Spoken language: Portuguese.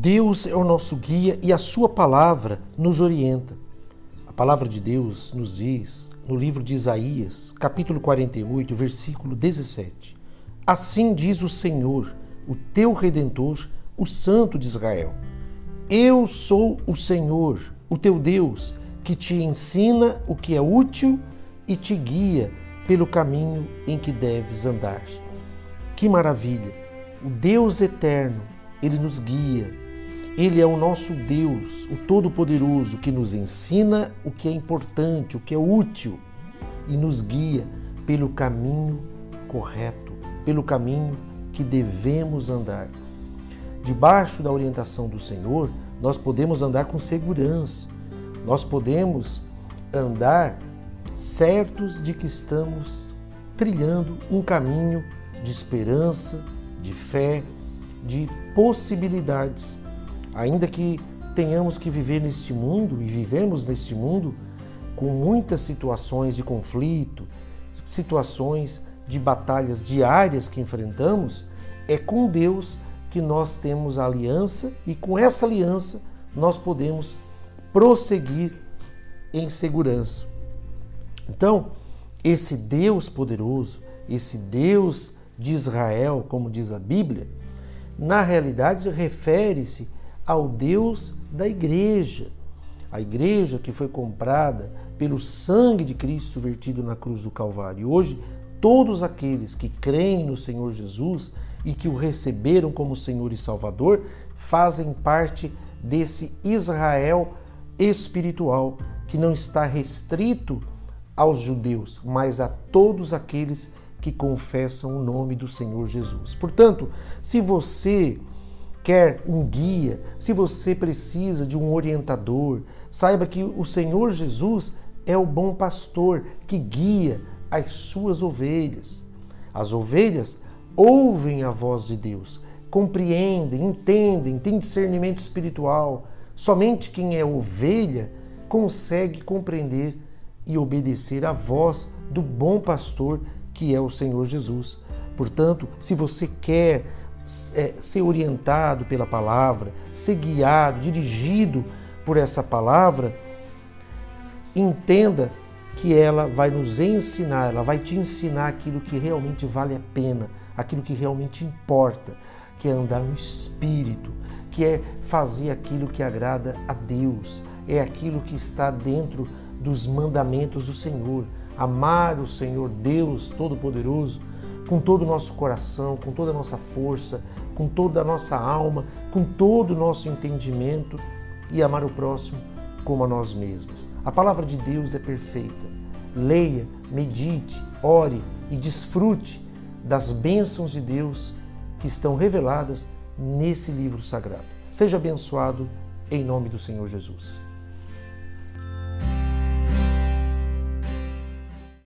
Deus é o nosso guia e a sua palavra nos orienta. A palavra de Deus nos diz, no livro de Isaías, capítulo 48, versículo 17: Assim diz o Senhor, o teu Redentor, o Santo de Israel: Eu sou o Senhor, o teu Deus, que te ensina o que é útil e te guia pelo caminho em que deves andar. Que maravilha! O Deus eterno, Ele nos guia. Ele é o nosso Deus, o Todo-Poderoso, que nos ensina o que é importante, o que é útil e nos guia pelo caminho correto, pelo caminho que devemos andar. Debaixo da orientação do Senhor, nós podemos andar com segurança, nós podemos andar certos de que estamos trilhando um caminho de esperança, de fé, de possibilidades. Ainda que tenhamos que viver neste mundo, e vivemos neste mundo, com muitas situações de conflito, situações de batalhas diárias que enfrentamos, é com Deus que nós temos a aliança e com essa aliança nós podemos prosseguir em segurança. Então, esse Deus poderoso, esse Deus de Israel, como diz a Bíblia, na realidade refere-se ao Deus da igreja. A igreja que foi comprada pelo sangue de Cristo vertido na cruz do Calvário. E hoje, todos aqueles que creem no Senhor Jesus e que o receberam como Senhor e Salvador fazem parte desse Israel espiritual, que não está restrito aos judeus, mas a todos aqueles que confessam o nome do Senhor Jesus. Portanto, se você quer um guia, se você precisa de um orientador, saiba que o Senhor Jesus é o bom pastor que guia as suas ovelhas. As ovelhas ouvem a voz de Deus, compreendem, entendem, têm discernimento espiritual. Somente quem é ovelha consegue compreender e obedecer à voz do bom pastor que é o Senhor Jesus. Portanto, se você quer ser orientado pela palavra, ser guiado, dirigido por essa palavra, entenda que ela vai nos ensinar, ela vai te ensinar aquilo que realmente vale a pena, aquilo que realmente importa, que é andar no Espírito, que é fazer aquilo que agrada a Deus, é aquilo que está dentro dos mandamentos do Senhor, amar o Senhor Deus Todo-Poderoso com todo o nosso coração, com toda a nossa força, com toda a nossa alma, com todo o nosso entendimento e amar o próximo como a nós mesmos. A palavra de Deus é perfeita. Leia, medite, ore e desfrute das bênçãos de Deus que estão reveladas nesse livro sagrado. Seja abençoado em nome do Senhor Jesus.